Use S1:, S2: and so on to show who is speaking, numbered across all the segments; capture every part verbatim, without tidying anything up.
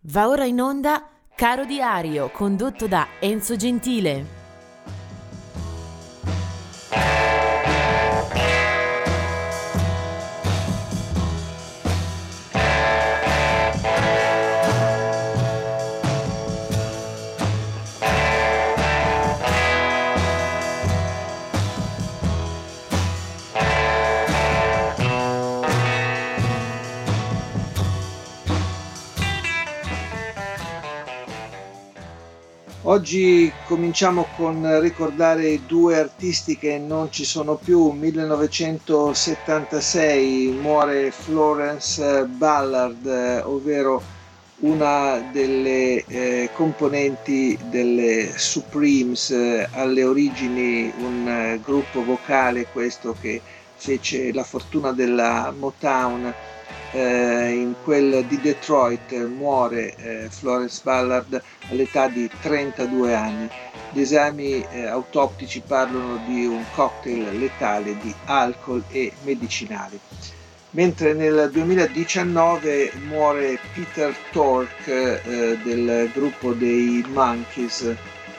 S1: Va ora in onda Caro Diario, condotto da Enzo Gentile.
S2: Oggi cominciamo con ricordare due artisti che non ci sono più. millenovecentosettantasei muore Florence Ballard, ovvero una delle eh, componenti delle Supremes, eh, alle origini un eh, gruppo vocale questo che fece la fortuna della Motown. Eh, in quel di Detroit muore eh, Florence Ballard all'età di trentadue anni. Gli esami eh, autoptici parlano di un cocktail letale di alcol e medicinali. Mentre nel duemiladiciannove muore Peter Tork eh, del gruppo dei Monkees.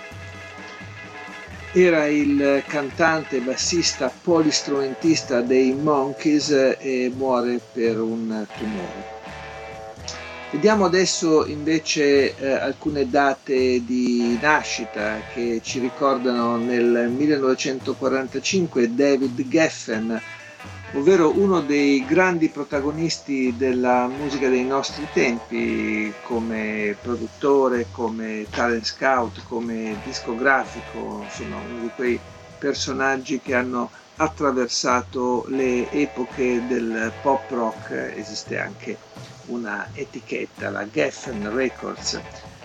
S2: Era il cantante, bassista, polistrumentista dei Monkees e muore per un tumore. Vediamo adesso invece eh, alcune date di nascita che ci ricordano. Nel millenovecentoquarantacinque David Geffen, ovvero uno dei grandi protagonisti della musica dei nostri tempi, come produttore, come talent scout, come discografico, insomma uno di quei personaggi che hanno attraversato le epoche del pop rock. Esiste anche una etichetta, la Geffen Records.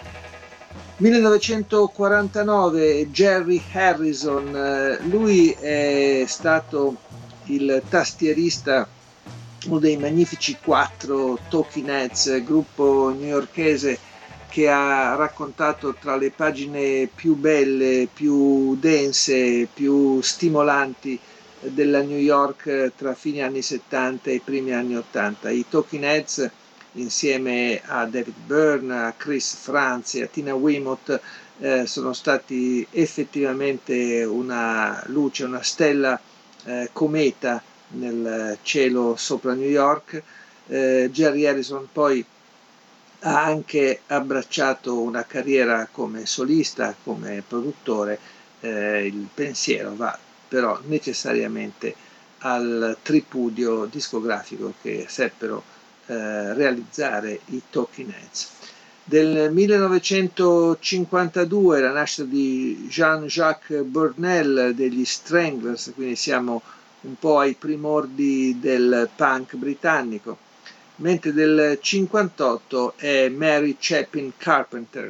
S2: millenovecentoquarantanove Jerry Harrison, lui è stato il tastierista, uno dei magnifici quattro Talking Heads, gruppo newyorkese che ha raccontato tra le pagine più belle, più dense, più stimolanti della New York tra fine anni settanta e primi anni ottanta. I Talking Heads, insieme a David Byrne, a Chris Frantz e a Tina Weymouth, eh, sono stati effettivamente una luce, una stella eh, cometa nel cielo sopra New York. Eh, Jerry Harrison poi ha anche abbracciato una carriera come solista, come produttore. Eh, il pensiero va però necessariamente al tripudio discografico che seppero eh, realizzare i Talking Heads. Del millenovecentocinquantadue la nascita di Jean-Jacques Burnel degli Stranglers, quindi siamo un po' ai primordi del punk britannico. Mentre del cinquantotto è Mary Chapin Carpenter.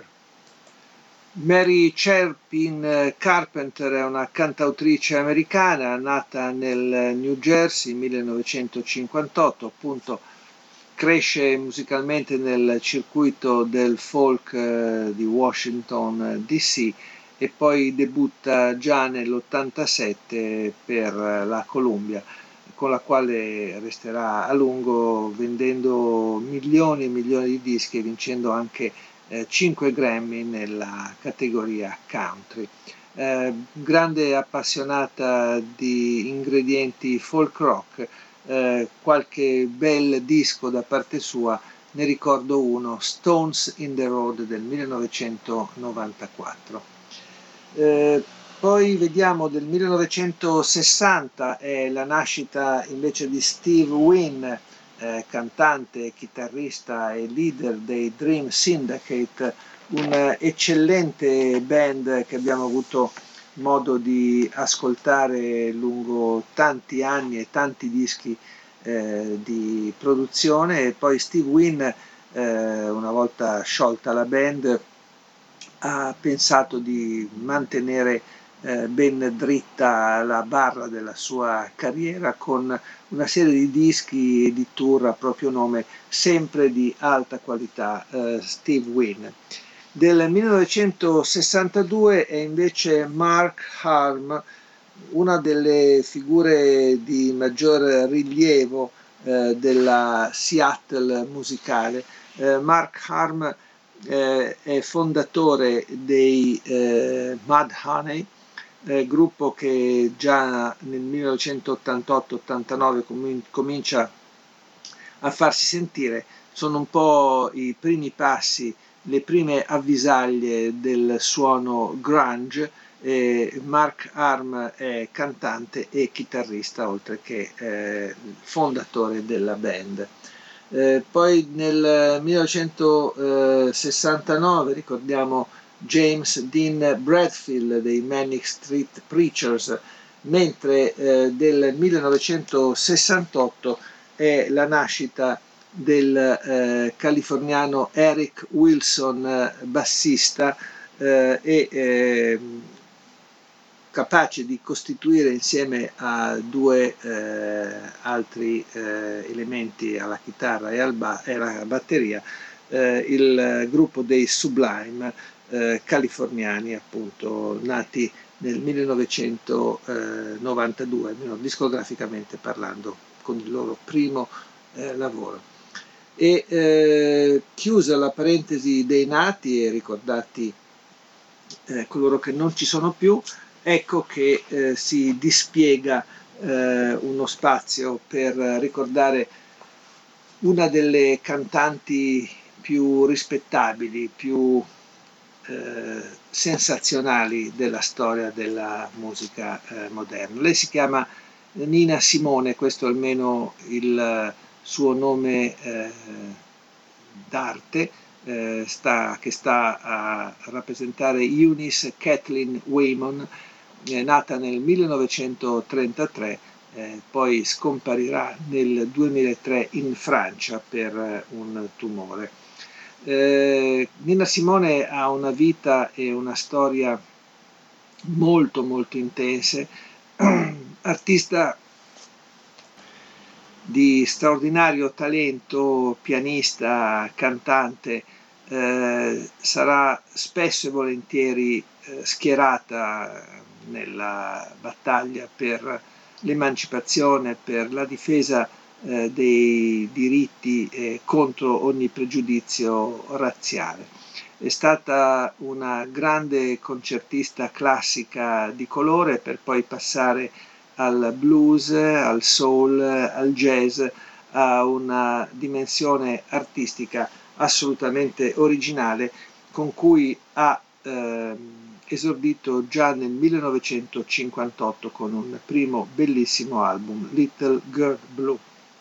S2: Mary Chapin Carpenter è una cantautrice americana nata nel New Jersey nel millenovecentocinquantotto, appunto cresce musicalmente nel circuito del folk eh, di Washington D C e poi debutta già nell'ottantasette per la Columbia, con la quale resterà a lungo vendendo milioni e milioni di dischi e vincendo anche eh, cinque Grammy nella categoria country. Eh, grande appassionata di ingredienti folk rock, eh, qualche bel disco da parte sua, ne ricordo uno, Stones in the Road del millenovecentonovantaquattro. Eh, poi vediamo del millenovecentosessanta è la nascita invece di Steve Wynn, eh, cantante, chitarrista e leader dei Dream Syndicate, un'eccellente band che abbiamo avuto modo di ascoltare lungo tanti anni e tanti dischi eh, di produzione. E poi Steve Wynn, eh, una volta sciolta la band, ha pensato di mantenere eh, ben dritta la barra della sua carriera con una serie di dischi di tour a proprio nome, sempre di alta qualità. eh, Steve Wynn. Del millenovecentosessantadue è invece Mark Harm, una delle figure di maggior rilievo eh, della Seattle musicale. Eh, Mark Harm eh, è fondatore dei eh, Mudhoney, eh, gruppo che già nel millenovecentottantotto ottantanove comin- comincia a farsi sentire. Sono un po' i primi passi, le prime avvisaglie del suono grunge. Eh, Mark Arm è cantante e chitarrista, oltre che eh, fondatore della band. Eh, poi nel millenovecentosessantanove ricordiamo James Dean Bradfield dei Manic Street Preachers, mentre eh, del millenovecentosessantotto è la nascita del eh, californiano Eric Wilson, eh, bassista eh, e eh, capace di costituire insieme a due eh, altri eh, elementi, alla chitarra e, al ba- e alla batteria, eh, il gruppo dei Sublime, eh, californiani, appunto nati nel millenovecentonovantadue, almeno discograficamente parlando, con il loro primo eh, lavoro. E eh, chiusa la parentesi dei nati e ricordati eh, coloro che non ci sono più, ecco che eh, si dispiega eh, uno spazio per ricordare una delle cantanti più rispettabili, più eh, sensazionali della storia della musica eh, moderna. Lei si chiama Nina Simone, questo è almeno il suo nome eh, d'arte, eh, sta, che sta a rappresentare Eunice Kathleen Waymon, eh, nata nel millenovecentotrentatré, eh, poi scomparirà nel duemilatré in Francia per eh, un tumore. Eh, Nina Simone ha una vita e una storia molto molto intense, artista di straordinario talento, pianista, cantante, eh, sarà spesso e volentieri eh, schierata nella battaglia per l'emancipazione, per la difesa eh, dei diritti e contro ogni pregiudizio razziale. È stata una grande concertista classica di colore per poi passare al blues, al soul, al jazz, a una dimensione artistica assolutamente originale con cui ha eh, esordito già nel millenovecentocinquantotto con un primo bellissimo album, Little Girl Blue.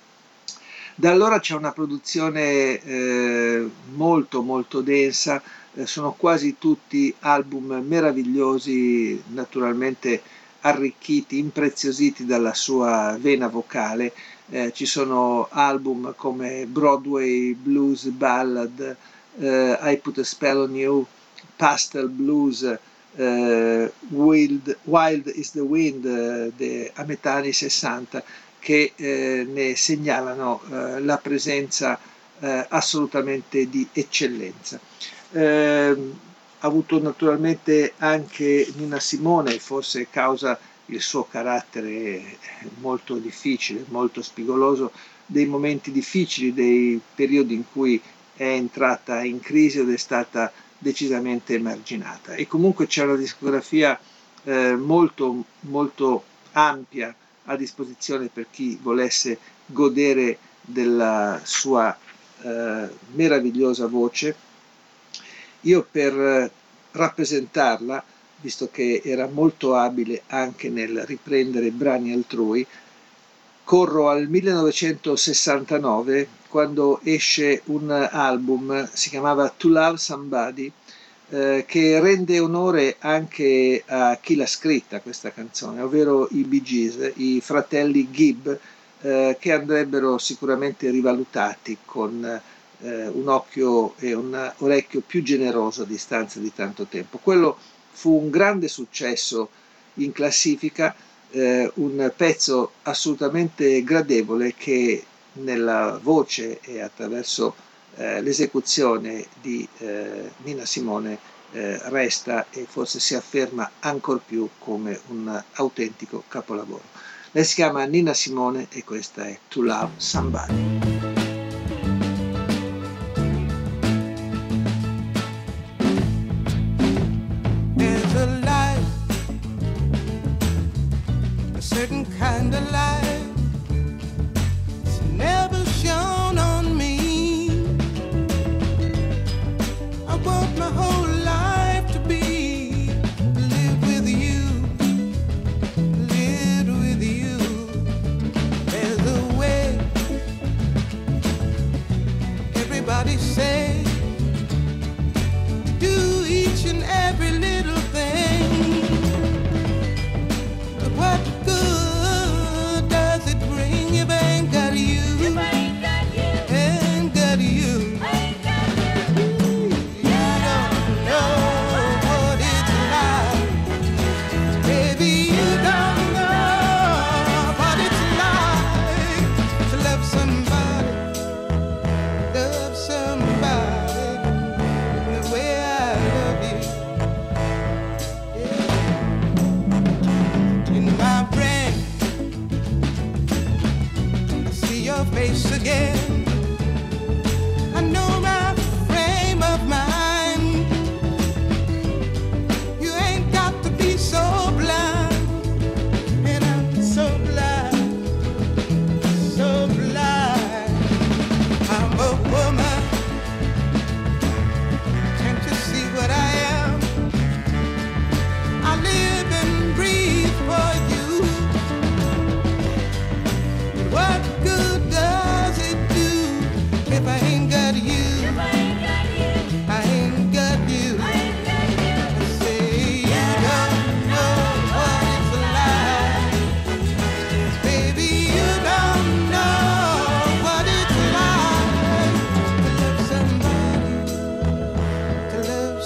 S2: Da allora c'è una produzione eh, molto molto densa, eh, sono quasi tutti album meravigliosi, naturalmente arricchiti, impreziositi dalla sua vena vocale. Eh, ci sono album come Broadway Blues Ballad, eh, I Put a Spell on You, Pastel Blues, eh, Wild, Wild is the Wind, eh, de, a metà anni sessanta, che eh, ne segnalano eh, la presenza eh, assolutamente di eccellenza. Eh, ha avuto naturalmente anche Nina Simone, forse causa il suo carattere molto difficile, molto spigoloso, dei momenti difficili, dei periodi in cui è entrata in crisi ed è stata decisamente emarginata. E comunque c'è una discografia eh, molto, molto ampia a disposizione per chi volesse godere della sua eh, meravigliosa voce. Io per rappresentarla, visto che era molto abile anche nel riprendere brani altrui, corro al millenovecentosessantanove quando esce un album, si chiamava To Love Somebody, eh, che rende onore anche a chi l'ha scritta questa canzone, ovvero i Bee Gees, i fratelli Gibb, eh, che andrebbero sicuramente rivalutati con eh, un occhio e un orecchio più generoso a distanza di tanto tempo. Quello fu un grande successo in classifica, eh, un pezzo assolutamente gradevole che nella voce e attraverso eh, l'esecuzione di eh, Nina Simone eh, resta e forse si afferma ancor più come un autentico capolavoro. Lei si chiama Nina Simone e questa è To Love Somebody.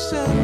S3: sun.